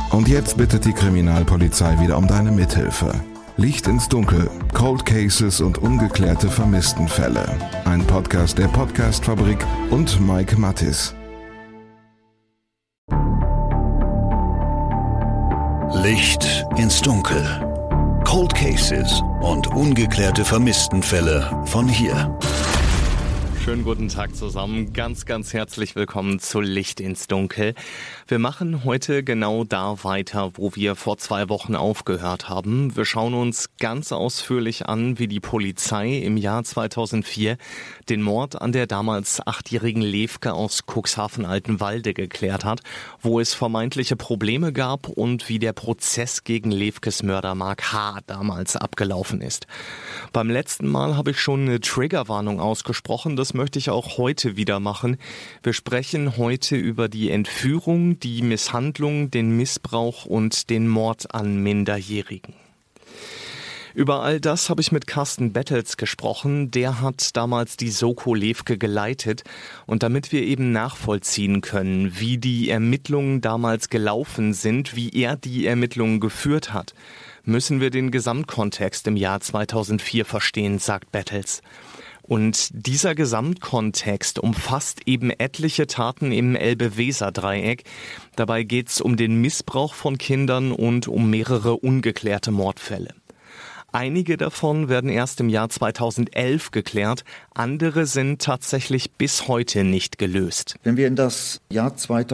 Und jetzt bittet die Kriminalpolizei wieder um deine Mithilfe. Licht ins Dunkel, Cold Cases und ungeklärte Vermisstenfälle. Ein Podcast der Podcast-Fabrik und Mike Mattis. Licht ins Dunkel. Cold Cases und ungeklärte Vermisstenfälle von hier. Schönen guten Tag zusammen. Ganz herzlich willkommen zu Licht ins Dunkel. Wir machen heute genau da weiter, wo wir vor 2 Wochen aufgehört haben. Wir schauen uns ganz ausführlich an, wie die Polizei im Jahr 2004 den Mord an der damals 8-jährigen Levke aus Cuxhaven-Altenwalde geklärt hat, wo es vermeintliche Probleme gab und wie der Prozess gegen Levkes Mörder Mark H. damals abgelaufen ist. Beim letzten Mal habe ich schon eine Triggerwarnung ausgesprochen. Das möchte ich auch heute wieder machen. Wir sprechen heute über die Entführung, die Misshandlung, den Missbrauch und den Mord an Minderjährigen. Über all das habe ich mit Carsten Bettels gesprochen. Der hat damals die Soko Levke geleitet. Und damit wir eben nachvollziehen können, wie die Ermittlungen damals gelaufen sind, wie er die Ermittlungen geführt hat, müssen wir den Gesamtkontext im Jahr 2004 verstehen, sagt Bettels. Und dieser Gesamtkontext umfasst eben etliche Taten im Elbe-Weser-Dreieck. Dabei geht es um den Missbrauch von Kindern und um mehrere ungeklärte Mordfälle. Einige davon werden erst im Jahr 2011 geklärt, andere sind tatsächlich bis heute nicht gelöst. Wenn wir in das Jahr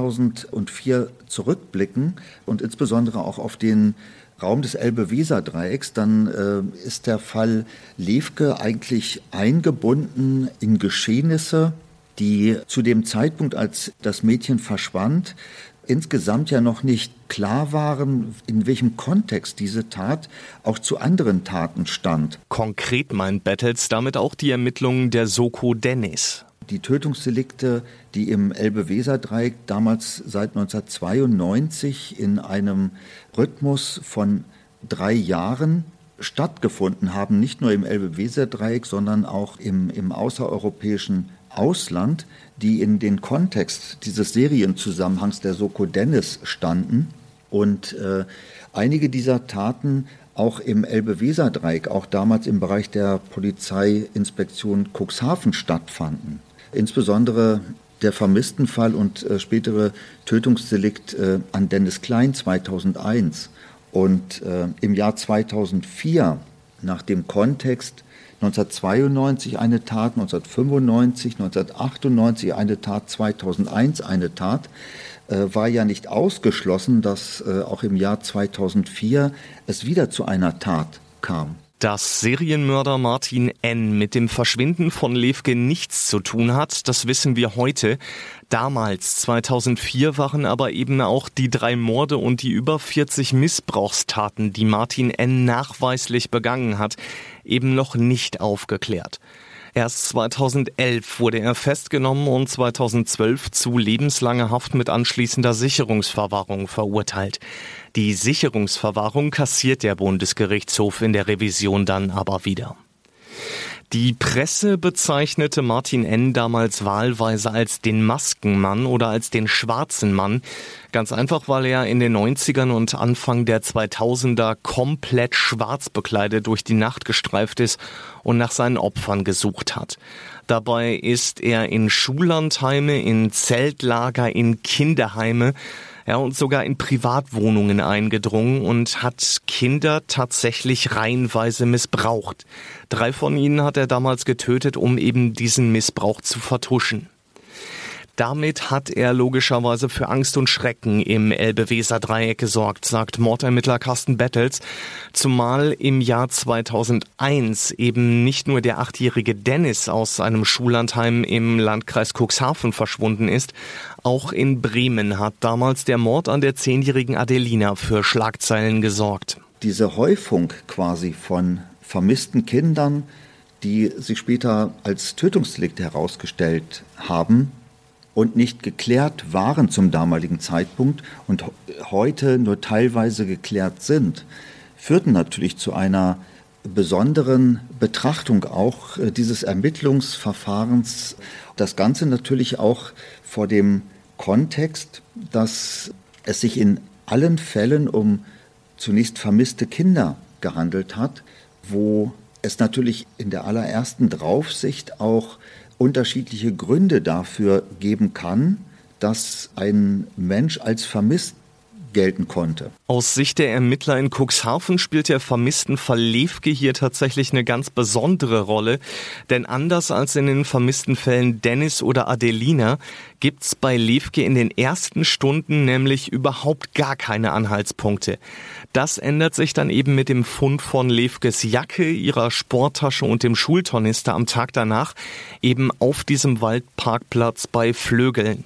2004 zurückblicken und insbesondere auch auf den Raum des Elbe-Weser-Dreiecks, dann ist der Fall Levke eigentlich eingebunden in Geschehnisse, die zu dem Zeitpunkt, als das Mädchen verschwand, insgesamt ja noch nicht klar waren, in welchem Kontext diese Tat auch zu anderen Taten stand. Konkret meint Bettels damit auch die Ermittlungen der Soko Dennis. Die Tötungsdelikte, die im Elbe-Weser-Dreieck damals seit 1992 in einem Rhythmus von 3 Jahren stattgefunden haben, nicht nur im Elbe-Weser-Dreieck, sondern auch im außereuropäischen Ausland, die in den Kontext dieses Serienzusammenhangs der Soko Dennis standen. Und einige dieser Taten auch im Elbe-Weser-Dreieck, auch damals im Bereich der Polizeiinspektion Cuxhaven stattfanden. Insbesondere der Vermisstenfall und spätere Tötungsdelikt an Dennis Klein 2001. Und im Jahr 2004, nach dem Kontext 1992 eine Tat, 1995, 1998 eine Tat, 2001 eine Tat, war ja nicht ausgeschlossen, dass auch im Jahr 2004 es wieder zu einer Tat kam. Dass Serienmörder Martin N. mit dem Verschwinden von Levke nichts zu tun hat, das wissen wir heute. Damals, 2004, waren aber eben auch die 3 Morde und die über 40 Missbrauchstaten, die Martin N. nachweislich begangen hat, eben noch nicht aufgeklärt. Erst 2011 wurde er festgenommen und 2012 zu lebenslanger Haft mit anschließender Sicherungsverwahrung verurteilt. Die Sicherungsverwahrung kassiert der Bundesgerichtshof in der Revision dann aber wieder. Die Presse bezeichnete Martin N. damals wahlweise als den Maskenmann oder als den schwarzen Mann. Ganz einfach, weil er in den 90ern und Anfang der 2000er komplett schwarz bekleidet durch die Nacht gestreift ist und nach seinen Opfern gesucht hat. Dabei ist er in Schullandheime, in Zeltlager, in Kinderheime, ja, und sogar in Privatwohnungen eingedrungen und hat Kinder tatsächlich reihenweise missbraucht. 3 von ihnen hat er damals getötet, um eben diesen Missbrauch zu vertuschen. Damit hat er logischerweise für Angst und Schrecken im Elbe-Weser-Dreieck gesorgt, sagt Mordermittler Carsten Bettels, zumal im Jahr 2001 eben nicht nur der 8-jährige Dennis aus einem Schullandheim im Landkreis Cuxhaven verschwunden ist, auch in Bremen hat damals der Mord an der 10-jährigen Adelina für Schlagzeilen gesorgt. Diese Häufung quasi von vermissten Kindern, die sich später als Tötungsdelikte herausgestellt haben, und nicht geklärt waren zum damaligen Zeitpunkt und heute nur teilweise geklärt sind, führten natürlich zu einer besonderen Betrachtung auch dieses Ermittlungsverfahrens. Das Ganze natürlich auch vor dem Kontext, dass es sich in allen Fällen um zunächst vermisste Kinder gehandelt hat, wo es natürlich in der allerersten Draufsicht auch unterschiedliche Gründe dafür geben kann, dass ein Mensch als vermisst gelten konnte. Aus Sicht der Ermittler in Cuxhaven spielt der vermissten Fall Lefke hier tatsächlich eine ganz besondere Rolle, denn anders als in den vermissten Fällen Dennis oder Adelina gibt's bei Lefke in den ersten Stunden nämlich überhaupt gar keine Anhaltspunkte. Das ändert sich dann eben mit dem Fund von Lefkes Jacke, ihrer Sporttasche und dem Schultornister am Tag danach eben auf diesem Waldparkplatz bei Flögeln.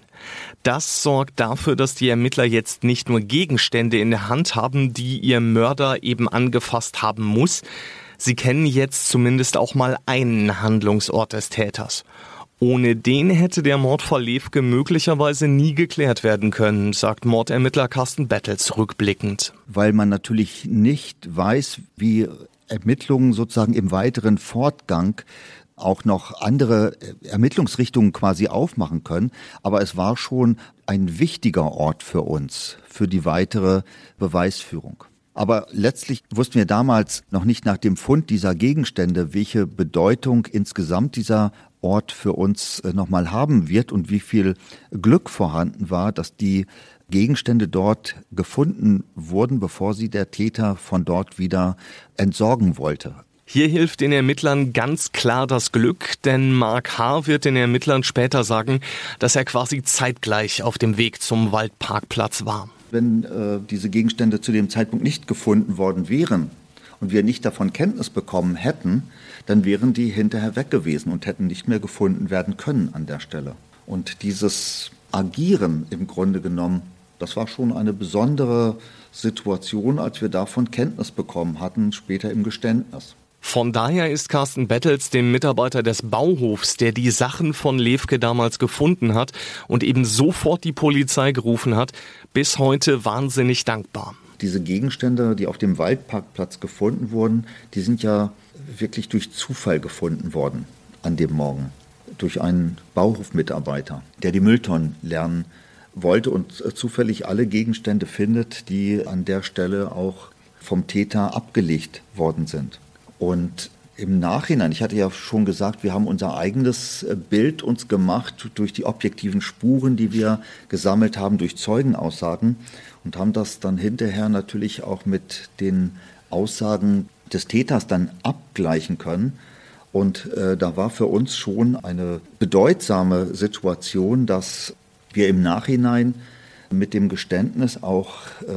Das sorgt dafür, dass die Ermittler jetzt nicht nur Gegenstände in der Hand haben, die ihr Mörder eben angefasst haben muss. Sie kennen jetzt zumindest auch mal einen Handlungsort des Täters. Ohne den hätte der Mordfall Lefke möglicherweise nie geklärt werden können, sagt Mordermittler Carsten Bettels rückblickend. Weil man natürlich nicht weiß, wie Ermittlungen sozusagen im weiteren Fortgang auch noch andere Ermittlungsrichtungen quasi aufmachen können. Aber es war schon ein wichtiger Ort für uns, für die weitere Beweisführung. Aber letztlich wussten wir damals noch nicht nach dem Fund dieser Gegenstände, welche Bedeutung insgesamt dieser Ort für uns nochmal haben wird und wie viel Glück vorhanden war, dass die Gegenstände dort gefunden wurden, bevor sie der Täter von dort wieder entsorgen wollte. Hier hilft den Ermittlern ganz klar das Glück, denn Mark H. wird den Ermittlern später sagen, dass er quasi zeitgleich auf dem Weg zum Waldparkplatz war. Wenn diese Gegenstände zu dem Zeitpunkt nicht gefunden worden wären und wir nicht davon Kenntnis bekommen hätten, dann wären die hinterher weg gewesen und hätten nicht mehr gefunden werden können an der Stelle. Und dieses Agieren im Grunde genommen, das war schon eine besondere Situation, als wir davon Kenntnis bekommen hatten, später im Geständnis. Von daher ist Carsten Bettels dem Mitarbeiter des Bauhofs, der die Sachen von Lefke damals gefunden hat und eben sofort die Polizei gerufen hat, bis heute wahnsinnig dankbar. Diese Gegenstände, die auf dem Waldparkplatz gefunden wurden, die sind ja wirklich durch Zufall gefunden worden an dem Morgen. Durch einen Bauhofmitarbeiter, der die Mülltonnen lernen wollte und zufällig alle Gegenstände findet, die an der Stelle auch vom Täter abgelegt worden sind. Und im Nachhinein, ich hatte ja schon gesagt, wir haben unser eigenes Bild uns gemacht durch die objektiven Spuren, die wir gesammelt haben, durch Zeugenaussagen und haben das dann hinterher natürlich auch mit den Aussagen des Täters dann abgleichen können. Und da war für uns schon eine bedeutsame Situation, dass wir im Nachhinein mit dem Geständnis auch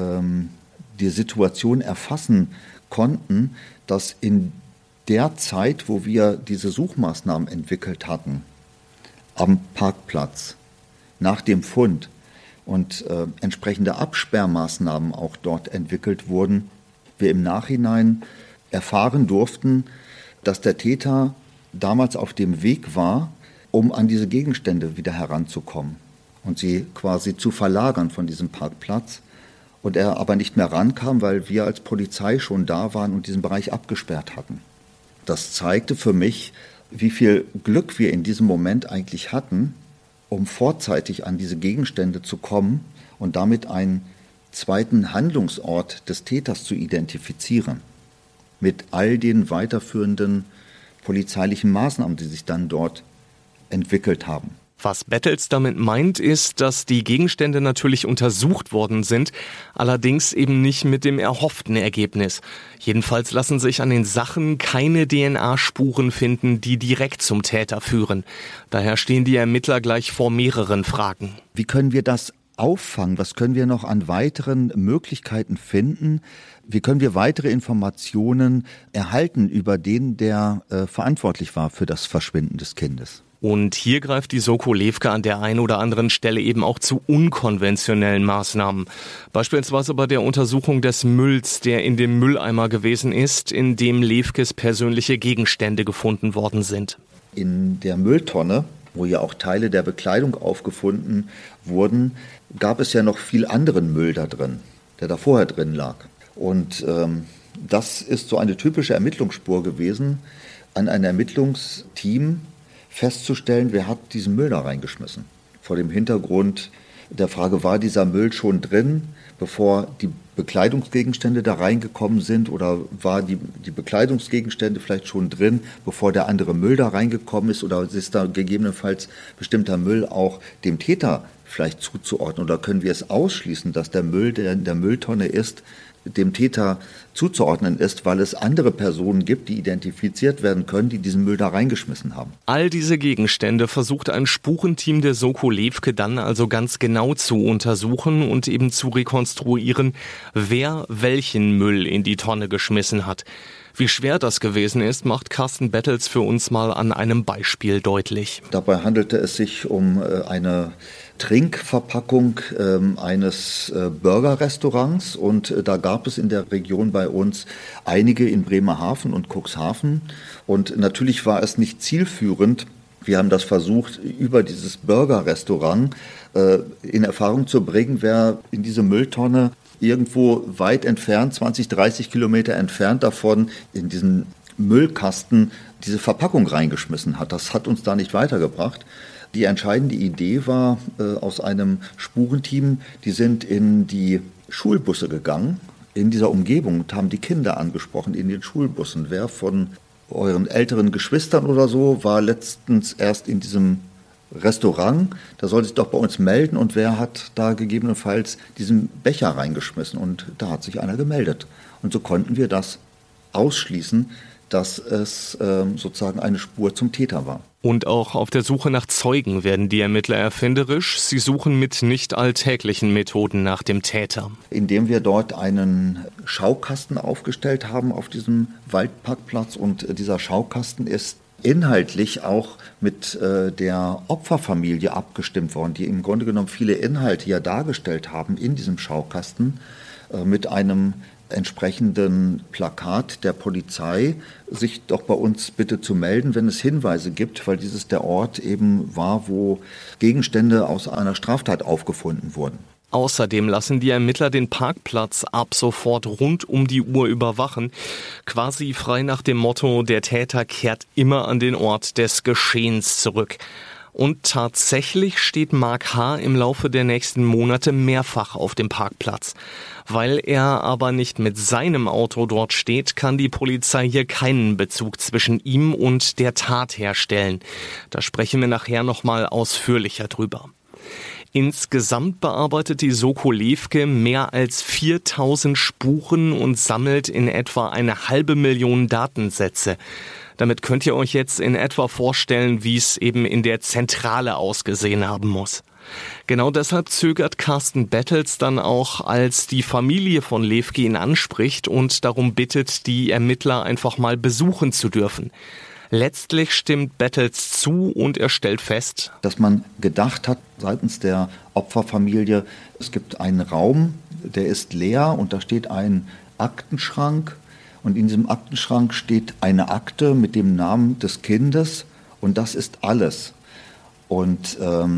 die Situation erfassen konnten, dass in der Zeit, wo wir diese Suchmaßnahmen entwickelt hatten, am Parkplatz, nach dem Fund und entsprechende Absperrmaßnahmen auch dort entwickelt wurden, wir im Nachhinein erfahren durften, dass der Täter damals auf dem Weg war, um an diese Gegenstände wieder heranzukommen und sie quasi zu verlagern von diesem Parkplatz. Und er aber nicht mehr rankam, weil wir als Polizei schon da waren und diesen Bereich abgesperrt hatten. Das zeigte für mich, wie viel Glück wir in diesem Moment eigentlich hatten, um vorzeitig an diese Gegenstände zu kommen und damit einen zweiten Handlungsort des Täters zu identifizieren. Mit all den weiterführenden polizeilichen Maßnahmen, die sich dann dort entwickelt haben. Was Bettels damit meint, ist, dass die Gegenstände natürlich untersucht worden sind, allerdings eben nicht mit dem erhofften Ergebnis. Jedenfalls lassen sich an den Sachen keine DNA-Spuren finden, die direkt zum Täter führen. Daher stehen die Ermittler gleich vor mehreren Fragen. Wie können wir das auffangen? Was können wir noch an weiteren Möglichkeiten finden? Wie können wir weitere Informationen erhalten über den, der verantwortlich war für das Verschwinden des Kindes? Und hier greift die Soko Lefke an der einen oder anderen Stelle eben auch zu unkonventionellen Maßnahmen. Beispielsweise bei der Untersuchung des Mülls, der in dem Mülleimer gewesen ist, in dem Lefkes persönliche Gegenstände gefunden worden sind. In der Mülltonne, wo ja auch Teile der Bekleidung aufgefunden wurden, gab es ja noch viel anderen Müll da drin, der da vorher drin lag. Und das ist so eine typische Ermittlungsspur gewesen, an ein Ermittlungsteam festzustellen, wer hat diesen Müll da reingeschmissen. Vor dem Hintergrund der Frage, war dieser Müll schon drin, bevor die Bekleidungsgegenstände da reingekommen sind, oder war die Bekleidungsgegenstände vielleicht schon drin, bevor der andere Müll da reingekommen ist, oder ist da gegebenenfalls bestimmter Müll auch dem Täter vielleicht zuzuordnen, oder können wir es ausschließen, dass der Müll, der in der Mülltonne ist, dem Täter zuzuordnen ist, weil es andere Personen gibt, die identifiziert werden können, die diesen Müll da reingeschmissen haben. All diese Gegenstände versucht ein Spurenteam der Soko Levke dann also ganz genau zu untersuchen und eben zu rekonstruieren, wer welchen Müll in die Tonne geschmissen hat. Wie schwer das gewesen ist, macht Carsten Bettels für uns mal an einem Beispiel deutlich. Dabei handelte es sich um eine Trinkverpackung eines Burgerrestaurants, und da gab es in der Region bei uns einige in Bremerhaven und Cuxhaven, und natürlich war es nicht zielführend. Wir haben das versucht, über dieses Burgerrestaurant in Erfahrung zu bringen, wer in diese Mülltonne irgendwo weit entfernt, 20, 30 Kilometer entfernt davon, in diesen Müllkasten diese Verpackung reingeschmissen hat. Das hat uns da nicht weitergebracht. Die entscheidende Idee war aus einem Spurenteam, die sind in die Schulbusse gegangen, in dieser Umgebung, und haben die Kinder angesprochen in den Schulbussen. Wer von euren älteren Geschwistern oder so war letztens erst in diesem Restaurant, da soll sich doch bei uns melden, und wer hat da gegebenenfalls diesen Becher reingeschmissen, und da hat sich einer gemeldet. Und so konnten wir das ausschließen, dass es sozusagen eine Spur zum Täter war. Und auch auf der Suche nach Zeugen werden die Ermittler erfinderisch. Sie suchen mit nicht alltäglichen Methoden nach dem Täter. Indem wir dort einen Schaukasten aufgestellt haben auf diesem Waldparkplatz, und dieser Schaukasten ist inhaltlich auch mit der Opferfamilie abgestimmt worden, die im Grunde genommen viele Inhalte ja dargestellt haben in diesem Schaukasten, mit einem entsprechenden Plakat der Polizei, sich doch bei uns bitte zu melden, wenn es Hinweise gibt, weil dieses der Ort eben war, wo Gegenstände aus einer Straftat aufgefunden wurden. Außerdem lassen die Ermittler den Parkplatz ab sofort rund um die Uhr überwachen, quasi frei nach dem Motto, der Täter kehrt immer an den Ort des Geschehens zurück. Und tatsächlich steht Mark H. im Laufe der nächsten Monate mehrfach auf dem Parkplatz. Weil er aber nicht mit seinem Auto dort steht, kann die Polizei hier keinen Bezug zwischen ihm und der Tat herstellen. Da sprechen wir nachher nochmal ausführlicher drüber. Insgesamt bearbeitet die Soko Levke mehr als 4000 Spuren und sammelt in etwa 500.000 Datensätze. Damit könnt ihr euch jetzt in etwa vorstellen, wie es eben in der Zentrale ausgesehen haben muss. Genau deshalb zögert Carsten Bettels dann auch, als die Familie von Levke ihn anspricht und darum bittet, die Ermittler einfach mal besuchen zu dürfen. Letztlich stimmt Bettels zu und er stellt fest, dass man gedacht hat seitens der Opferfamilie, es gibt einen Raum, der ist leer, und da steht ein Aktenschrank, und in diesem Aktenschrank steht eine Akte mit dem Namen des Kindes, und das ist alles. Und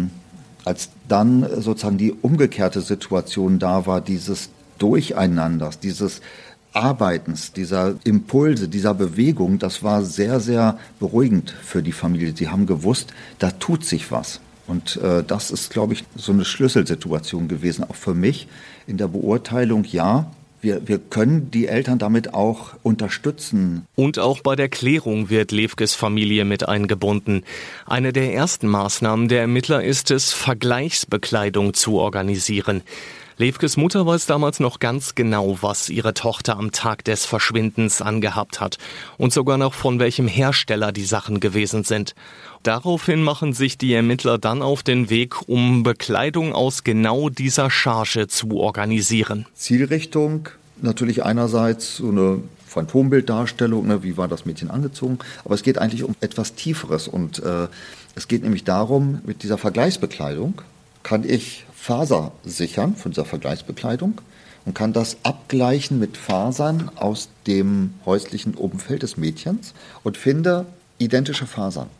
als dann sozusagen die umgekehrte Situation da war, dieses Durcheinanders, dieses Arbeitens, dieser Impulse, dieser Bewegung, das war sehr, sehr beruhigend für die Familie. Sie haben gewusst, da tut sich was. Und das ist, glaube ich, so eine Schlüsselsituation gewesen, auch für mich in der Beurteilung, ja, wir können die Eltern damit auch unterstützen. Und auch bei der Klärung wird Levkes Familie mit eingebunden. Eine der ersten Maßnahmen der Ermittler ist es, Vergleichsbekleidung zu organisieren. Levkes Mutter weiß damals noch ganz genau, was ihre Tochter am Tag des Verschwindens angehabt hat und sogar noch von welchem Hersteller die Sachen gewesen sind. Daraufhin machen sich die Ermittler dann auf den Weg, um Bekleidung aus genau dieser Charge zu organisieren. Zielrichtung natürlich einerseits so eine Phantombilddarstellung, ne, wie war das Mädchen angezogen, aber es geht eigentlich um etwas Tieferes, und es geht nämlich darum, mit dieser Vergleichsbekleidung kann ich Faser sichern von dieser Vergleichsbekleidung und kann das abgleichen mit Fasern aus dem häuslichen Umfeld des Mädchens und finde identische Fasern.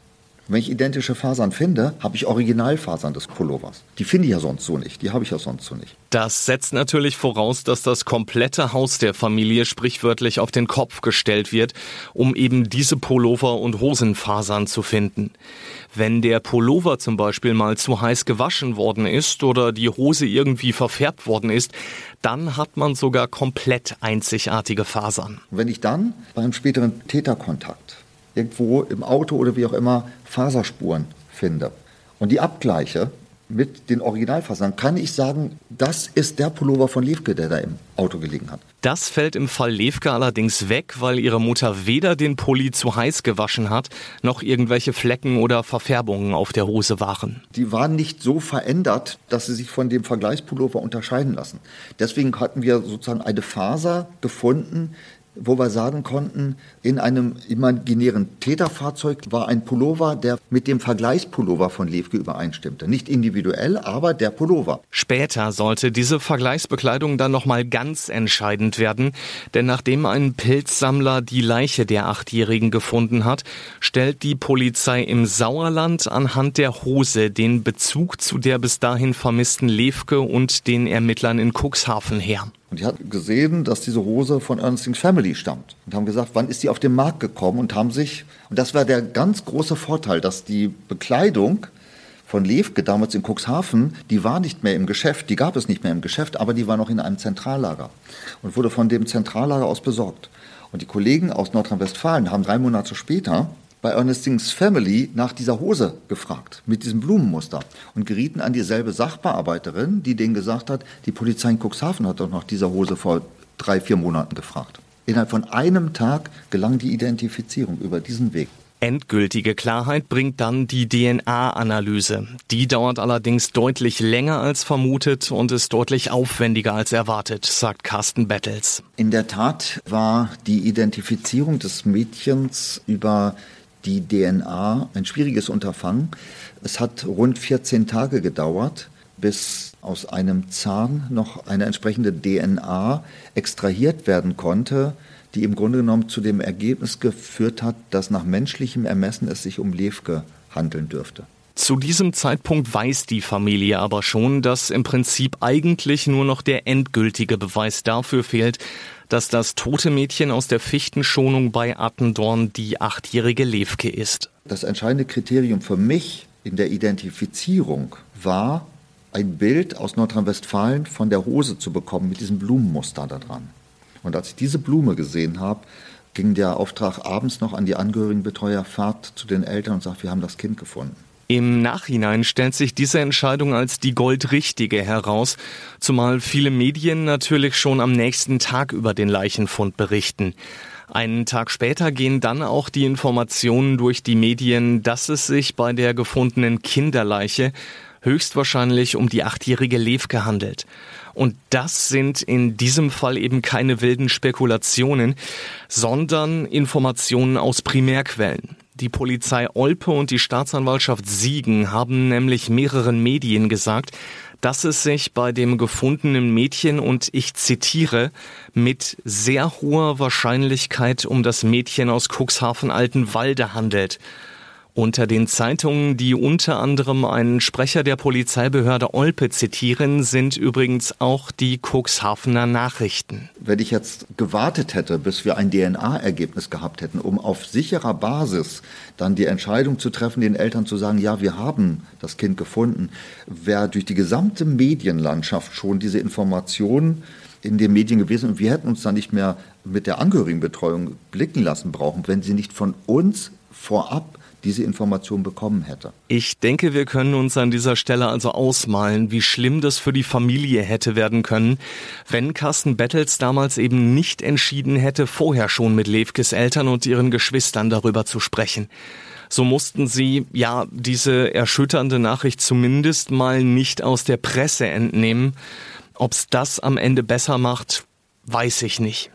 Wenn ich identische Fasern finde, habe ich Originalfasern des Pullovers. Die finde ich ja sonst so nicht, die habe ich ja sonst so nicht. Das setzt natürlich voraus, dass das komplette Haus der Familie sprichwörtlich auf den Kopf gestellt wird, um eben diese Pullover und Hosenfasern zu finden. Wenn der Pullover zum Beispiel mal zu heiß gewaschen worden ist oder die Hose irgendwie verfärbt worden ist, dann hat man sogar komplett einzigartige Fasern. Wenn ich dann beim späteren Täterkontakt irgendwo im Auto oder wie auch immer Faserspuren finde und die abgleiche mit den Originalfasern, kann ich sagen, das ist der Pullover von Lefke, der da im Auto gelegen hat. Das fällt im Fall Lefke allerdings weg, weil ihre Mutter weder den Pulli zu heiß gewaschen hat, noch irgendwelche Flecken oder Verfärbungen auf der Hose waren. Die waren nicht so verändert, dass sie sich von dem Vergleichspullover unterscheiden lassen. Deswegen hatten wir sozusagen eine Faser gefunden, wo wir sagen konnten, in einem imaginären Täterfahrzeug war ein Pullover, der mit dem Vergleichspullover von Lefke übereinstimmte. Nicht individuell, aber der Pullover. Später sollte diese Vergleichsbekleidung dann nochmal ganz entscheidend werden, denn nachdem ein Pilzsammler die Leiche der 8-Jährigen gefunden hat, stellt die Polizei im Sauerland anhand der Hose den Bezug zu der bis dahin vermissten Lefke und den Ermittlern in Cuxhaven her. Und die hat gesehen, dass diese Hose von Ernestings Family stammt. Und haben gesagt, wann ist die auf den Markt gekommen? Und das war der ganz große Vorteil, dass die Bekleidung von Lefke damals in Cuxhaven, die war nicht mehr im Geschäft, die gab es nicht mehr im Geschäft, aber die war noch in einem Zentrallager und wurde von dem Zentrallager aus besorgt. Und die Kollegen aus Nordrhein-Westfalen haben 3 Monate später bei Ernestings Family nach dieser Hose gefragt, mit diesem Blumenmuster, und gerieten an dieselbe Sachbearbeiterin, die denen gesagt hat, die Polizei in Cuxhaven hat doch nach dieser Hose vor 3-4 Monaten gefragt. Innerhalb von einem Tag gelang die Identifizierung über diesen Weg. Endgültige Klarheit bringt dann die DNA-Analyse. Die dauert allerdings deutlich länger als vermutet und ist deutlich aufwendiger als erwartet, sagt Carsten Bettels. In der Tat war die Identifizierung des Mädchens über die DNA ein schwieriges Unterfangen. Es hat rund 14 Tage gedauert, bis aus einem Zahn noch eine entsprechende DNA extrahiert werden konnte, die im Grunde genommen zu dem Ergebnis geführt hat, dass nach menschlichem Ermessen es sich um Lefke handeln dürfte. Zu diesem Zeitpunkt weiß die Familie aber schon, dass im Prinzip eigentlich nur noch der endgültige Beweis dafür fehlt, dass das tote Mädchen aus der Fichtenschonung bei Attendorn die 8-jährige Lefke ist. Das entscheidende Kriterium für mich in der Identifizierung war, ein Bild aus Nordrhein-Westfalen von der Hose zu bekommen mit diesem Blumenmuster da dran. Und als ich diese Blume gesehen habe, ging der Auftrag abends noch an die Angehörigenbetreuer, fahrt zu den Eltern und sagt, wir haben das Kind gefunden. Im Nachhinein stellt sich diese Entscheidung als die goldrichtige heraus, zumal viele Medien natürlich schon am nächsten Tag über den Leichenfund berichten. Einen Tag später gehen dann auch die Informationen durch die Medien, dass es sich bei der gefundenen Kinderleiche höchstwahrscheinlich um die 8-jährige Lefke handelt. Und das sind in diesem Fall eben keine wilden Spekulationen, sondern Informationen aus Primärquellen. Die Polizei Olpe und die Staatsanwaltschaft Siegen haben nämlich mehreren Medien gesagt, dass es sich bei dem gefundenen Mädchen, und ich zitiere, mit sehr hoher Wahrscheinlichkeit um das Mädchen aus Cuxhaven-Altenwalde handelt. Unter den Zeitungen, die unter anderem einen Sprecher der Polizeibehörde Olpe zitieren, sind übrigens auch die Cuxhavener Nachrichten. Wenn ich jetzt gewartet hätte, bis wir ein DNA-Ergebnis gehabt hätten, um auf sicherer Basis dann die Entscheidung zu treffen, den Eltern zu sagen, ja, wir haben das Kind gefunden, wäre durch die gesamte Medienlandschaft schon diese Informationen in den Medien gewesen und wir hätten uns dann nicht mehr mit der Angehörigenbetreuung blicken lassen brauchen, wenn sie nicht von uns vorab diese Information bekommen hätte. Ich denke, wir können uns an dieser Stelle also ausmalen, wie schlimm das für die Familie hätte werden können, wenn Carsten Bettels damals eben nicht entschieden hätte, vorher schon mit Lefkes Eltern und ihren Geschwistern darüber zu sprechen. So mussten sie, ja, diese erschütternde Nachricht zumindest mal nicht aus der Presse entnehmen. Ob's das am Ende besser macht, weiß ich nicht.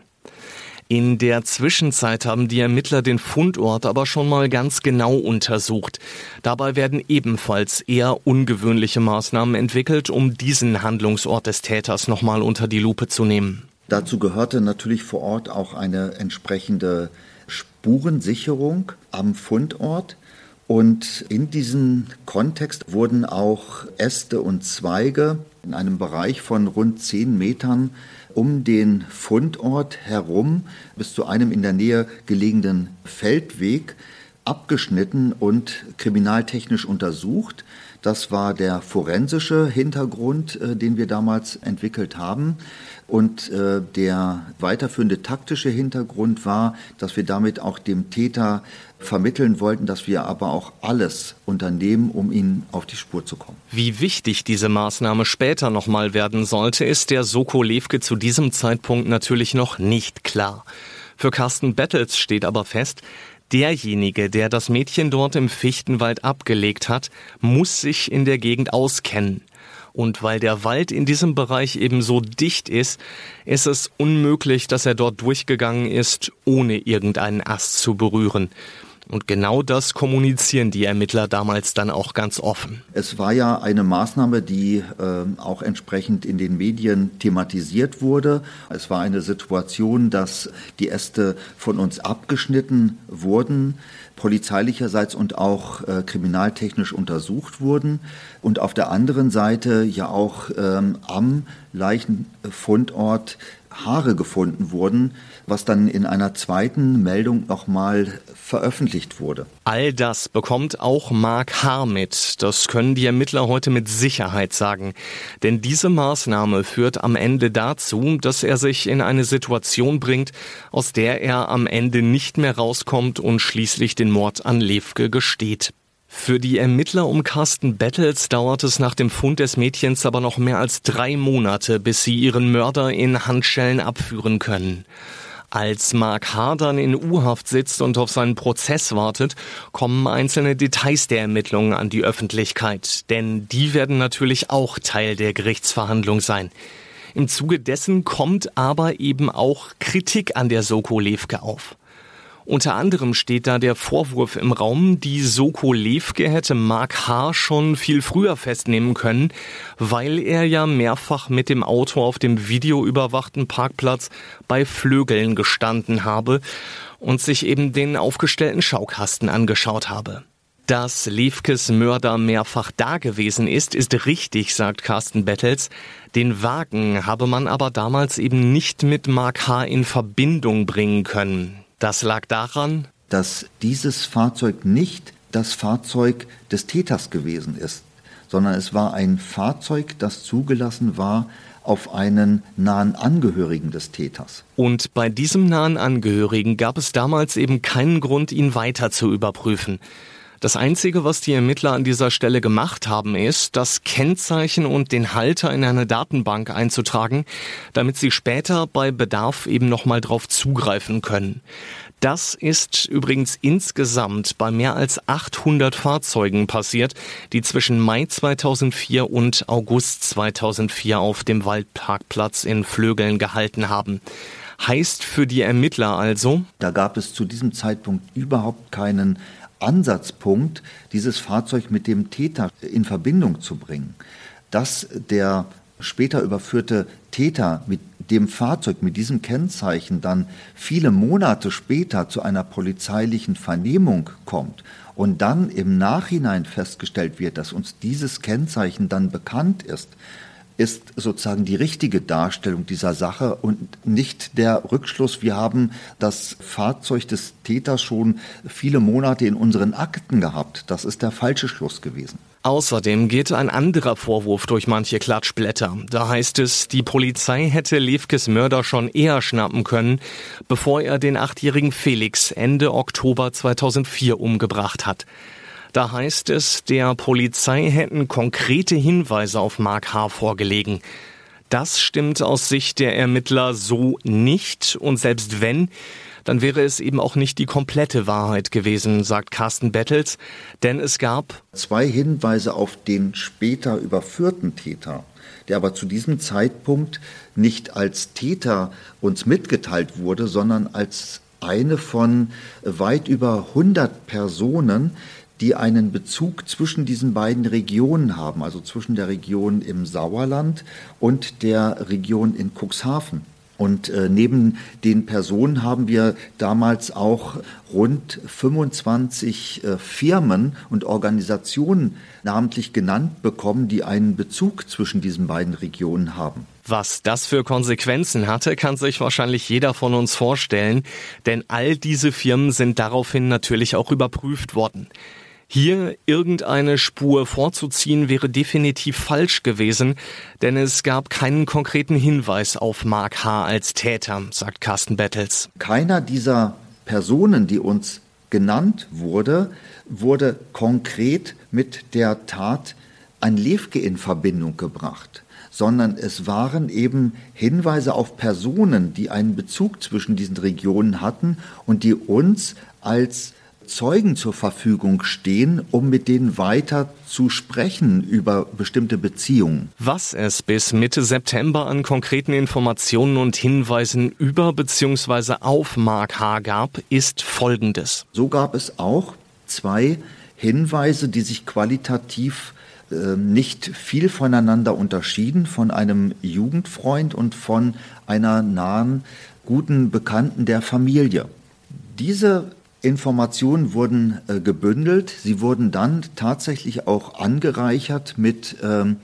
In der Zwischenzeit haben die Ermittler den Fundort aber schon mal ganz genau untersucht. Dabei werden ebenfalls eher ungewöhnliche Maßnahmen entwickelt, um diesen Handlungsort des Täters nochmal unter die Lupe zu nehmen. Dazu gehörte natürlich vor Ort auch eine entsprechende Spurensicherung am Fundort Und in diesem Kontext wurden auch Äste und Zweige in einem Bereich von rund 10 Metern um den Fundort herum bis zu einem in der Nähe gelegenen Feldweg abgeschnitten und kriminaltechnisch untersucht. Das war der forensische Hintergrund, den wir damals entwickelt haben. Und der weiterführende taktische Hintergrund war, dass wir damit auch dem Täter vermitteln wollten, dass wir aber auch alles unternehmen, um ihn auf die Spur zu kommen. Wie wichtig diese Maßnahme später nochmal werden sollte, ist der Soko Levke zu diesem Zeitpunkt natürlich noch nicht klar. Für Carsten Bettels steht aber fest, derjenige, der das Mädchen dort im Fichtenwald abgelegt hat, muss sich in der Gegend auskennen. Und weil der Wald in diesem Bereich eben so dicht ist, ist es unmöglich, dass er dort durchgegangen ist, ohne irgendeinen Ast zu berühren. Und genau das kommunizieren die Ermittler damals dann auch ganz offen. Es war ja eine Maßnahme, die auch entsprechend in den Medien thematisiert wurde. Es war eine Situation, dass die Äste von uns abgeschnitten wurden, polizeilicherseits und auch kriminaltechnisch untersucht wurden. Und auf der anderen Seite ja auch am Leichenfundort Haare gefunden wurden, was dann in einer zweiten Meldung nochmal veröffentlicht wurde. All das bekommt auch Mark H. mit. Das können die Ermittler heute mit Sicherheit sagen. Denn diese Maßnahme führt am Ende dazu, dass er sich in eine Situation bringt, aus der er am Ende nicht mehr rauskommt und schließlich den Mord an Levke gesteht. Für die Ermittler um Carsten Bettels dauert es nach dem Fund des Mädchens aber noch mehr als 3 Monate, bis sie ihren Mörder in Handschellen abführen können. Als Mark H. dann in U-Haft sitzt und auf seinen Prozess wartet, kommen einzelne Details der Ermittlungen an die Öffentlichkeit. Denn die werden natürlich auch Teil der Gerichtsverhandlung sein. Im Zuge dessen kommt aber eben auch Kritik an der Soko Levke auf. Unter anderem steht da der Vorwurf im Raum, die Soko Levke hätte Mark H. schon viel früher festnehmen können, weil er ja mehrfach mit dem Auto auf dem videoüberwachten Parkplatz bei Flögeln gestanden habe und sich eben den aufgestellten Schaukasten angeschaut habe. Dass Levkes Mörder mehrfach da gewesen ist richtig, sagt Carsten Bettels. Den Wagen habe man aber damals eben nicht mit Mark H. in Verbindung bringen können. Das lag daran, dass dieses Fahrzeug nicht das Fahrzeug des Täters gewesen ist, sondern es war ein Fahrzeug, das zugelassen war auf einen nahen Angehörigen des Täters. Und bei diesem nahen Angehörigen gab es damals eben keinen Grund, ihn weiter zu überprüfen. Das Einzige, was die Ermittler an dieser Stelle gemacht haben, ist, das Kennzeichen und den Halter in eine Datenbank einzutragen, damit sie später bei Bedarf eben nochmal drauf zugreifen können. Das ist übrigens insgesamt bei mehr als 800 Fahrzeugen passiert, die zwischen Mai 2004 und August 2004 auf dem Waldparkplatz in Flögeln gehalten haben. Heißt für die Ermittler also, da gab es zu diesem Zeitpunkt überhaupt keinen Ansatzpunkt, dieses Fahrzeug mit dem Täter in Verbindung zu bringen. Dass der später überführte Täter mit dem Fahrzeug, mit diesem Kennzeichen dann viele Monate später zu einer polizeilichen Vernehmung kommt und dann im Nachhinein festgestellt wird, dass uns dieses Kennzeichen dann bekannt ist sozusagen die richtige Darstellung dieser Sache und nicht der Rückschluss, wir haben das Fahrzeug des Täters schon viele Monate in unseren Akten gehabt. Das ist der falsche Schluss gewesen. Außerdem geht ein anderer Vorwurf durch manche Klatschblätter. Da heißt es, die Polizei hätte Levkes Mörder schon eher schnappen können, bevor er den 8-jährigen Felix Ende Oktober 2004 umgebracht hat. Da heißt es, der Polizei hätten konkrete Hinweise auf Mark H. vorgelegen. Das stimmt aus Sicht der Ermittler so nicht und selbst wenn, dann wäre es eben auch nicht die komplette Wahrheit gewesen, sagt Carsten Bettels, denn es gab 2 Hinweise auf den später überführten Täter, der aber zu diesem Zeitpunkt nicht als Täter uns mitgeteilt wurde, sondern als eine von weit über 100 Personen, die einen Bezug zwischen diesen beiden Regionen haben, also zwischen der Region im Sauerland und der Region in Cuxhaven. Und neben den Personen haben wir damals auch rund 25 Firmen und Organisationen namentlich genannt bekommen, die einen Bezug zwischen diesen beiden Regionen haben. Was das für Konsequenzen hatte, kann sich wahrscheinlich jeder von uns vorstellen, denn all diese Firmen sind daraufhin natürlich auch überprüft worden. Hier irgendeine Spur vorzuziehen wäre definitiv falsch gewesen, denn es gab keinen konkreten Hinweis auf Mark H. als Täter, sagt Carsten Bettels. Keiner dieser Personen, die uns genannt wurde konkret mit der Tat an Lefke in Verbindung gebracht, sondern es waren eben Hinweise auf Personen, die einen Bezug zwischen diesen Regionen hatten und die uns als Zeugen zur Verfügung stehen, um mit denen weiter zu sprechen über bestimmte Beziehungen. Was es bis Mitte September an konkreten Informationen und Hinweisen über bzw. auf Mark H. gab, ist Folgendes. So gab es auch 2 Hinweise, die sich qualitativ nicht viel voneinander unterschieden, von einem Jugendfreund und von einer nahen, guten Bekannten der Familie. Diese Informationen wurden gebündelt, sie wurden dann tatsächlich auch angereichert mit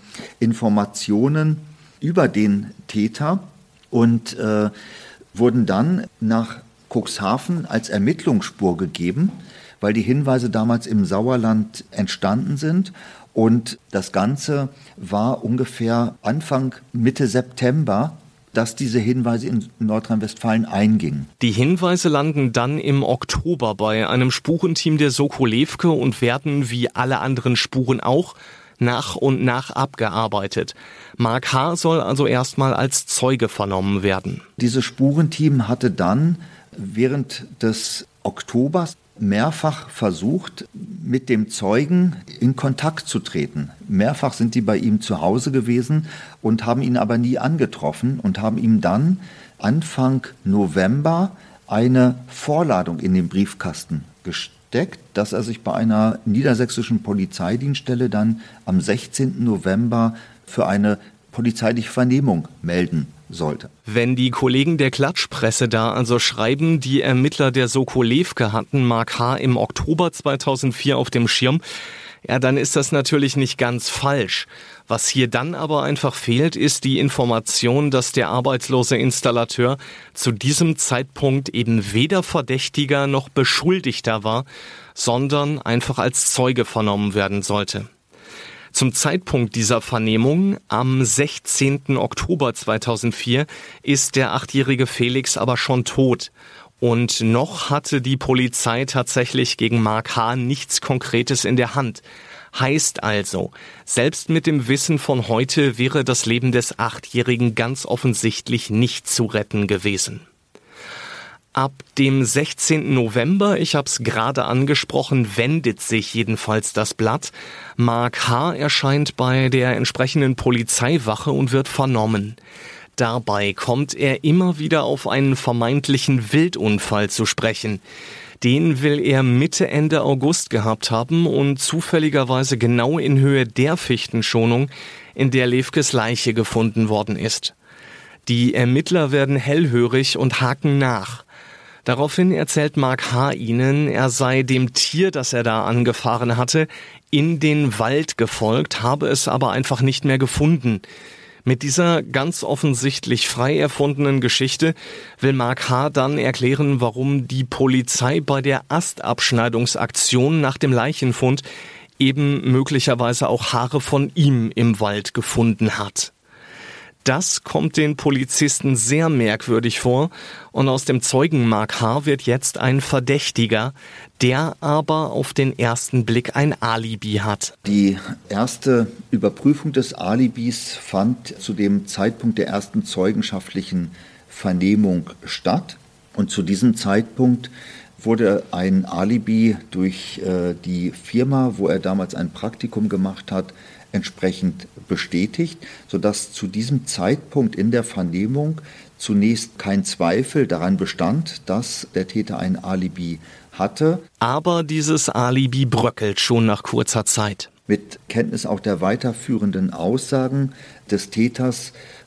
Informationen über den Täter und wurden dann nach Cuxhaven als Ermittlungsspur gegeben, weil die Hinweise damals im Sauerland entstanden sind. Und das Ganze war ungefähr Anfang, Mitte September, dass diese Hinweise in Nordrhein-Westfalen eingingen. Die Hinweise landen dann im Oktober bei einem Spurenteam der Soko Lefke und werden, wie alle anderen Spuren auch, nach und nach abgearbeitet. Mark H. soll also erstmal als Zeuge vernommen werden. Dieses Spurenteam hatte dann während des Oktobers mehrfach versucht, mit dem Zeugen in Kontakt zu treten. Mehrfach sind die bei ihm zu Hause gewesen und haben ihn aber nie angetroffen und haben ihm dann Anfang November eine Vorladung in den Briefkasten gesteckt, dass er sich bei einer niedersächsischen Polizeidienststelle dann am 16. November für eine polizeiliche Vernehmung melden sollte. Wenn die Kollegen der Klatschpresse da also schreiben, die Ermittler der Soko Lefke hatten Mark H. im Oktober 2004 auf dem Schirm, ja, dann ist das natürlich nicht ganz falsch. Was hier dann aber einfach fehlt, ist die Information, dass der arbeitslose Installateur zu diesem Zeitpunkt eben weder Verdächtiger noch Beschuldigter war, sondern einfach als Zeuge vernommen werden sollte. Zum Zeitpunkt dieser Vernehmung, am 16. Oktober 2004, ist der 8-jährige Felix aber schon tot. Und noch hatte die Polizei tatsächlich gegen Mark H. nichts Konkretes in der Hand. Heißt also, selbst mit dem Wissen von heute wäre das Leben des 8-Jährigen ganz offensichtlich nicht zu retten gewesen. Ab dem 16. November, ich habe es gerade angesprochen, wendet sich jedenfalls das Blatt. Mark H. erscheint bei der entsprechenden Polizeiwache und wird vernommen. Dabei kommt er immer wieder auf einen vermeintlichen Wildunfall zu sprechen. Den will er Mitte, Ende August gehabt haben und zufälligerweise genau in Höhe der Fichtenschonung, in der Lefkes Leiche gefunden worden ist. Die Ermittler werden hellhörig und haken nach. Daraufhin erzählt Mark H. ihnen, er sei dem Tier, das er da angefahren hatte, in den Wald gefolgt, habe es aber einfach nicht mehr gefunden. Mit dieser ganz offensichtlich frei erfundenen Geschichte will Mark H. dann erklären, warum die Polizei bei der Astabschneidungsaktion nach dem Leichenfund eben möglicherweise auch Haare von ihm im Wald gefunden hat. Das kommt den Polizisten sehr merkwürdig vor und aus dem Zeugen Mark H. wird jetzt ein Verdächtiger, der aber auf den ersten Blick ein Alibi hat. Die erste Überprüfung des Alibis fand zu dem Zeitpunkt der ersten zeugenschaftlichen Vernehmung statt und zu diesem Zeitpunkt wurde ein Alibi durch die Firma, wo er damals ein Praktikum gemacht hat, entsprechend bestätigt, sodass zu diesem Zeitpunkt in der Vernehmung zunächst kein Zweifel daran bestand, dass der Täter ein Alibi hatte. Aber dieses Alibi bröckelt schon nach kurzer Zeit. Mit Kenntnis auch der weiterführenden Aussagen des Täters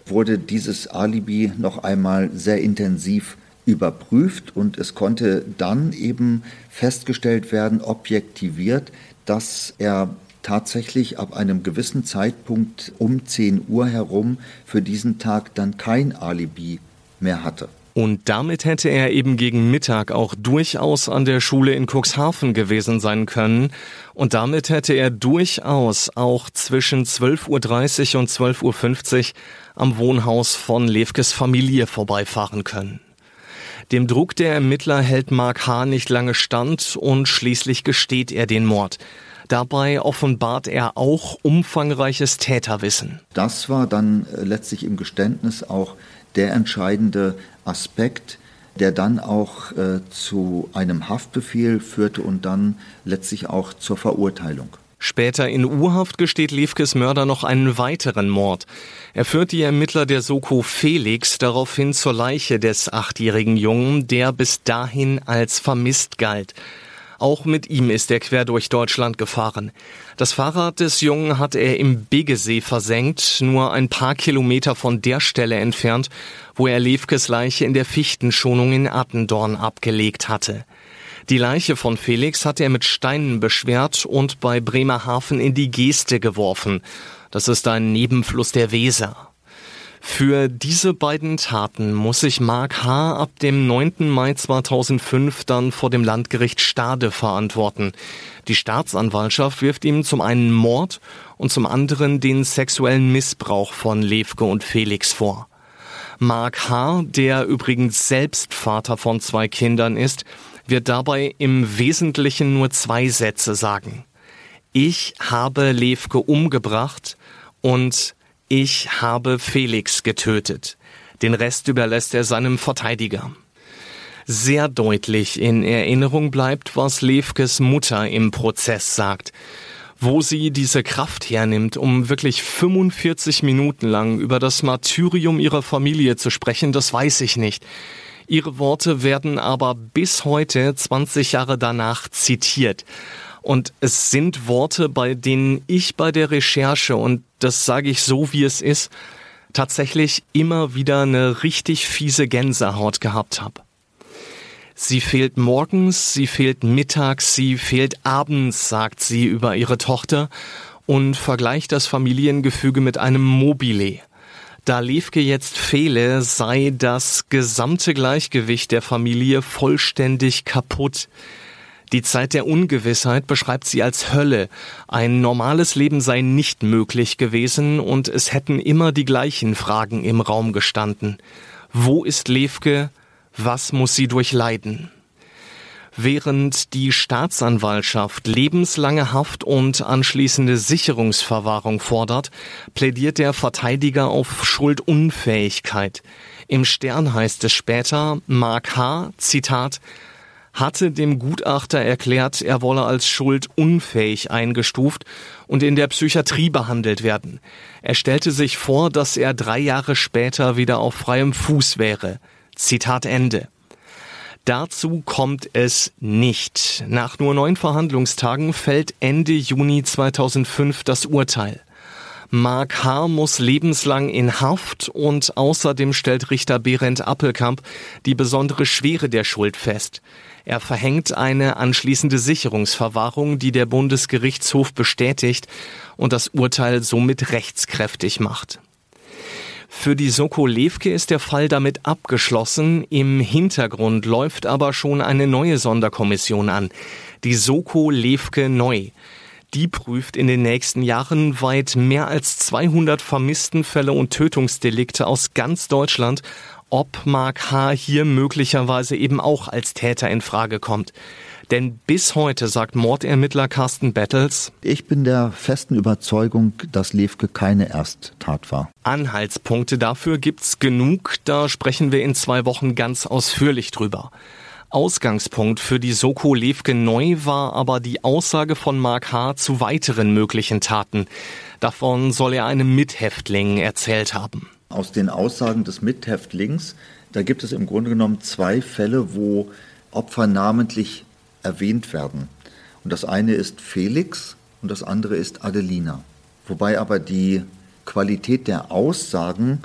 wurde dieses Alibi noch einmal sehr intensiv überprüft und es konnte dann eben festgestellt werden, objektiviert, dass er tatsächlich ab einem gewissen Zeitpunkt um 10 Uhr herum für diesen Tag dann kein Alibi mehr hatte. Und damit hätte er eben gegen Mittag auch durchaus an der Schule in Cuxhaven gewesen sein können. Und damit hätte er durchaus auch zwischen 12.30 Uhr und 12.50 Uhr am Wohnhaus von Lefkes Familie vorbeifahren können. Dem Druck der Ermittler hält Mark H. nicht lange stand und schließlich gesteht er den Mord. Dabei offenbart er auch umfangreiches Täterwissen. Das war dann letztlich im Geständnis auch der entscheidende Aspekt, der dann auch zu einem Haftbefehl führte und dann letztlich auch zur Verurteilung. Später in U-Haft gesteht Lefkes Mörder noch einen weiteren Mord. Er führt die Ermittler der Soko Felix daraufhin zur Leiche des 8-jährigen Jungen, der bis dahin als vermisst galt. Auch mit ihm ist er quer durch Deutschland gefahren. Das Fahrrad des Jungen hat er im Biggesee versenkt, nur ein paar Kilometer von der Stelle entfernt, wo er Lefkes Leiche in der Fichtenschonung in Attendorn abgelegt hatte. Die Leiche von Felix hat er mit Steinen beschwert und bei Bremerhaven in die Geeste geworfen. Das ist ein Nebenfluss der Weser. Für diese beiden Taten muss sich Mark H. ab dem 9. Mai 2005 dann vor dem Landgericht Stade verantworten. Die Staatsanwaltschaft wirft ihm zum einen Mord und zum anderen den sexuellen Missbrauch von Lefke und Felix vor. Mark H., der übrigens selbst Vater von 2 Kindern ist, wird dabei im Wesentlichen nur 2 Sätze sagen. Ich habe Lefke umgebracht und ich habe Felix getötet. Den Rest überlässt er seinem Verteidiger. Sehr deutlich in Erinnerung bleibt, was Lefkes Mutter im Prozess sagt. Wo sie diese Kraft hernimmt, um wirklich 45 Minuten lang über das Martyrium ihrer Familie zu sprechen, das weiß ich nicht. Ihre Worte werden aber bis heute, 20 Jahre danach, zitiert. Und es sind Worte, bei denen ich bei der Recherche, und das sage ich so, wie es ist, tatsächlich immer wieder eine richtig fiese Gänsehaut gehabt habe. Sie fehlt morgens, sie fehlt mittags, sie fehlt abends, sagt sie über ihre Tochter und vergleicht das Familiengefüge mit einem Mobile. Da Lefke jetzt fehle, sei das gesamte Gleichgewicht der Familie vollständig kaputt. Die Zeit der Ungewissheit beschreibt sie als Hölle. Ein normales Leben sei nicht möglich gewesen und es hätten immer die gleichen Fragen im Raum gestanden. Wo ist Lefke? Was muss sie durchleiden? Während die Staatsanwaltschaft lebenslange Haft und anschließende Sicherungsverwahrung fordert, plädiert der Verteidiger auf Schuldunfähigkeit. Im Stern heißt es später, Mark H., Zitat, hatte dem Gutachter erklärt, er wolle als schuldunfähig eingestuft und in der Psychiatrie behandelt werden. Er stellte sich vor, dass er 3 Jahre später wieder auf freiem Fuß wäre. Zitat Ende. Dazu kommt es nicht. Nach nur 9 Verhandlungstagen fällt Ende Juni 2005 das Urteil. Mark H. muss lebenslang in Haft und außerdem stellt Richter Berend Appelkamp die besondere Schwere der Schuld fest. Er verhängt eine anschließende Sicherungsverwahrung, die der Bundesgerichtshof bestätigt und das Urteil somit rechtskräftig macht. Für die Soko Lefke ist der Fall damit abgeschlossen. Im Hintergrund läuft aber schon eine neue Sonderkommission an, die Soko Lefke Neu. Die prüft in den nächsten Jahren weit mehr als 200 Vermisstenfälle und Tötungsdelikte aus ganz Deutschland, ob Mark H. hier möglicherweise eben auch als Täter in Frage kommt. Denn bis heute sagt Mordermittler Carsten Bettels: Ich bin der festen Überzeugung, dass Lefke keine Ersttat war. Anhaltspunkte dafür gibt's genug, da sprechen wir in 2 Wochen ganz ausführlich drüber. Ausgangspunkt für die Soko Lefke Neu war aber die Aussage von Mark H. zu weiteren möglichen Taten. Davon soll er einem Mithäftling erzählt haben. Aus den Aussagen des Mithäftlings, da gibt es im Grunde genommen 2 Fälle, wo Opfer namentlich erwähnt werden. Und das eine ist Felix und das andere ist Adelina. Wobei aber die Qualität der Aussagen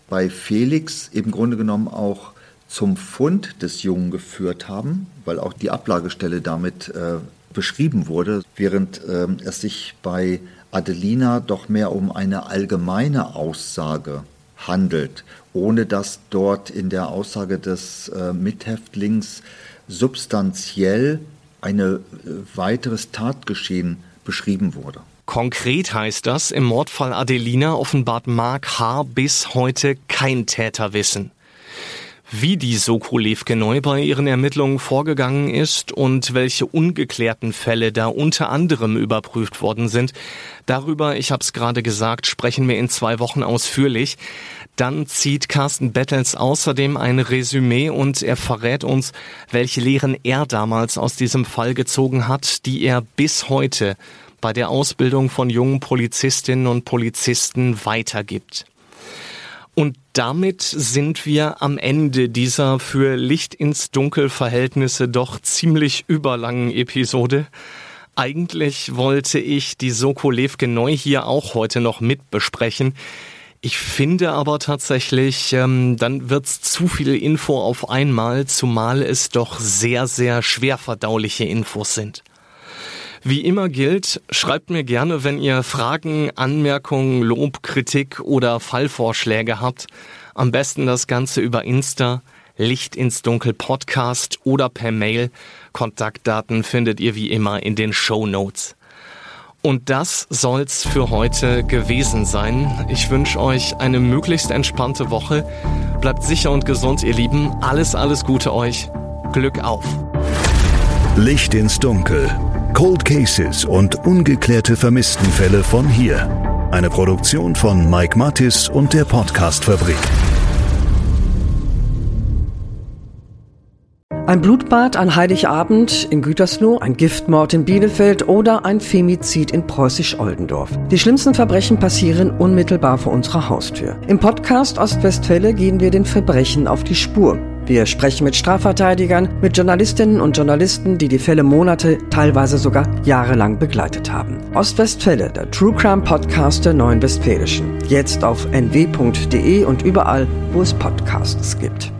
bei Felix im Grunde genommen auch zum Fund des Jungen geführt haben, weil auch die Ablagestelle damit beschrieben wurde, während es sich bei Adelina doch mehr um eine allgemeine Aussage handelt, ohne dass dort in der Aussage des Mithäftlings substanziell ein weiteres Tatgeschehen beschrieben wurde. Konkret heißt das, im Mordfall Adelina offenbart Mark H. bis heute kein Täterwissen. Wie die Soko Levke-Neu bei ihren Ermittlungen vorgegangen ist und welche ungeklärten Fälle da unter anderem überprüft worden sind, darüber, ich habe es gerade gesagt, sprechen wir in 2 Wochen ausführlich. Dann zieht Carsten Bettels außerdem ein Resümee und er verrät uns, welche Lehren er damals aus diesem Fall gezogen hat, die er bis heute bei der Ausbildung von jungen Polizistinnen und Polizisten weitergibt. Und damit sind wir am Ende dieser für Licht ins Dunkel Verhältnisse doch ziemlich überlangen Episode. Eigentlich wollte ich die Soko Levke-Neu hier auch heute noch mit besprechen. Ich finde aber tatsächlich, dann wird's zu viel Info auf einmal, zumal es doch sehr, sehr schwer verdauliche Infos sind. Wie immer gilt, schreibt mir gerne, wenn ihr Fragen, Anmerkungen, Lob, Kritik oder Fallvorschläge habt. Am besten das Ganze über Insta, Licht ins Dunkel Podcast oder per Mail. Kontaktdaten findet ihr wie immer in den Shownotes. Und das soll's für heute gewesen sein. Ich wünsche euch eine möglichst entspannte Woche. Bleibt sicher und gesund, ihr Lieben. Alles Gute euch. Glück auf. Licht ins Dunkel. Cold Cases und ungeklärte Vermisstenfälle von hier. Eine Produktion von Mike Mattis und der Podcast-Fabrik. Ein Blutbad an Heiligabend in Gütersloh, ein Giftmord in Bielefeld oder ein Femizid in Preußisch-Oldendorf. Die schlimmsten Verbrechen passieren unmittelbar vor unserer Haustür. Im Podcast Ostwestfälle gehen wir den Verbrechen auf die Spur. Wir sprechen mit Strafverteidigern, mit Journalistinnen und Journalisten, die die Fälle Monate, teilweise sogar jahrelang begleitet haben. Ostwestfälle, der True Crime Podcast der Neuen Westfälischen. Jetzt auf nw.de und überall, wo es Podcasts gibt.